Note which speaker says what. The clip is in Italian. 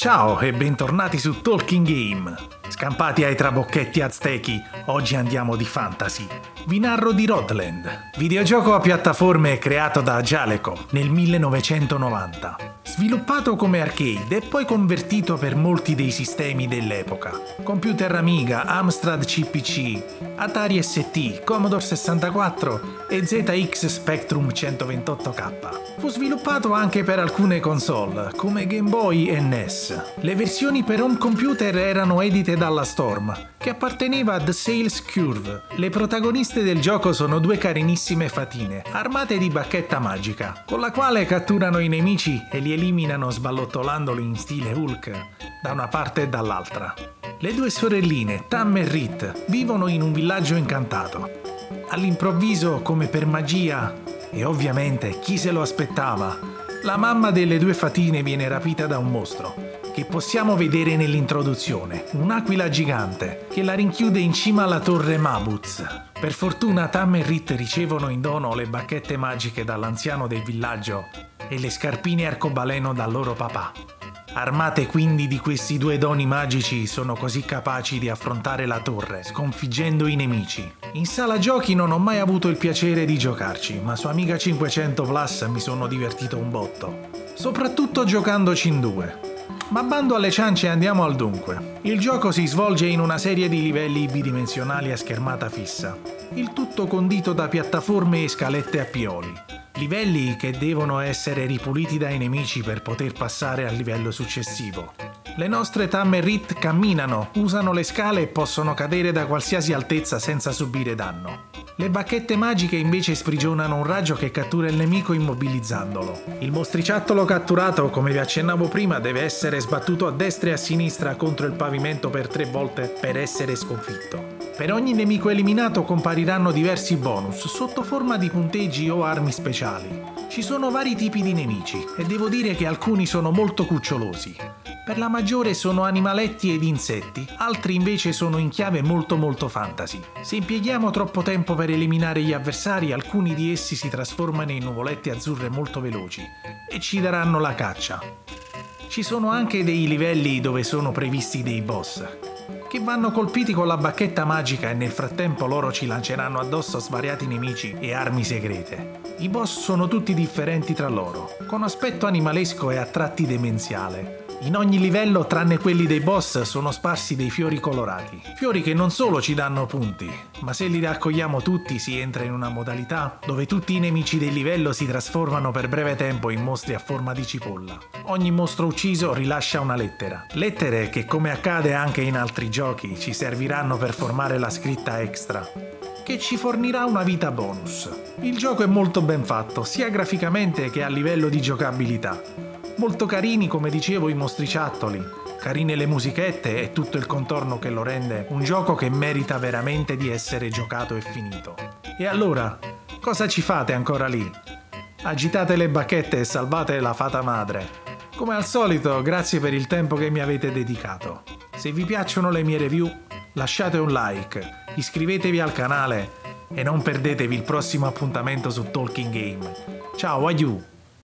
Speaker 1: Ciao e bentornati su Talking Game. Scampati ai trabocchetti aztechi, oggi andiamo di fantasy. Vi narro di Rodland, videogioco a piattaforme creato da Jaleco nel 1990. Sviluppato come arcade e poi convertito per molti dei sistemi dell'epoca. Computer Amiga, Amstrad CPC, Atari ST, Commodore 64 e ZX Spectrum 128K. Fu sviluppato anche per alcune console, come Game Boy e NES. Le versioni per home computer erano edite dalla Storm, che apparteneva a The Sales Curve. Le protagoniste del gioco sono due carinissime fatine, armate di bacchetta magica, con la quale catturano i nemici e li eliminano sballottolandoli in stile Hulk da una parte e dall'altra. Le due sorelline, Tam e Rit, vivono in un villaggio incantato. All'improvviso, come per magia, e ovviamente chi se lo aspettava, la mamma delle due fatine viene rapita da un mostro, che possiamo vedere nell'introduzione, un'aquila gigante che la rinchiude in cima alla torre Mabuz. Per fortuna Tam e Rit ricevono in dono le bacchette magiche dall'anziano del villaggio e le scarpine arcobaleno dal loro papà. Armate quindi di questi due doni magici, sono così capaci di affrontare la torre, sconfiggendo i nemici. In sala giochi non ho mai avuto il piacere di giocarci, ma su Amiga 500 Plus mi sono divertito un botto. Soprattutto giocandoci in due. Ma bando alle ciance e andiamo al dunque. Il gioco si svolge in una serie di livelli bidimensionali a schermata fissa, il tutto condito da piattaforme e scalette a pioli. Livelli che devono essere ripuliti dai nemici per poter passare al livello successivo. Le nostre Tam e Rit camminano, usano le scale e possono cadere da qualsiasi altezza senza subire danno. Le bacchette magiche invece sprigionano un raggio che cattura il nemico immobilizzandolo. Il mostriciattolo catturato, come vi accennavo prima, deve essere sbattuto a destra e a sinistra contro il pavimento per 3 volte per essere sconfitto. Per ogni nemico eliminato compariranno diversi bonus sotto forma di punteggi o armi speciali. Ci sono vari tipi di nemici e devo dire che alcuni sono molto cucciolosi. Per la maggiore sono animaletti ed insetti, altri invece sono in chiave molto fantasy. Se impieghiamo troppo tempo per eliminare gli avversari, alcuni di essi si trasformano in nuvolette azzurre molto veloci e ci daranno la caccia. Ci sono anche dei livelli dove sono previsti dei boss, che vanno colpiti con la bacchetta magica e nel frattempo loro ci lanceranno addosso svariati nemici e armi segrete. I boss sono tutti differenti tra loro, con aspetto animalesco e a tratti demenziale. In ogni livello, tranne quelli dei boss, sono sparsi dei fiori colorati. Fiori che non solo ci danno punti, ma se li raccogliamo tutti si entra in una modalità dove tutti i nemici del livello si trasformano per breve tempo in mostri a forma di cipolla. Ogni mostro ucciso rilascia una lettera. Lettere che, come accade anche in altri giochi, ci serviranno per formare la scritta extra, che ci fornirà una vita bonus. Il gioco è molto ben fatto, sia graficamente che a livello di giocabilità. Molto carini, come dicevo, i mostriciattoli, carine le musichette e tutto il contorno che lo rende un gioco che merita veramente di essere giocato e finito. E allora, cosa ci fate ancora lì? Agitate le bacchette e salvate la fata madre. Come al solito, grazie per il tempo che mi avete dedicato. Se vi piacciono le mie review, lasciate un like, iscrivetevi al canale e non perdetevi il prossimo appuntamento su Talking Game. Ciao, aiù!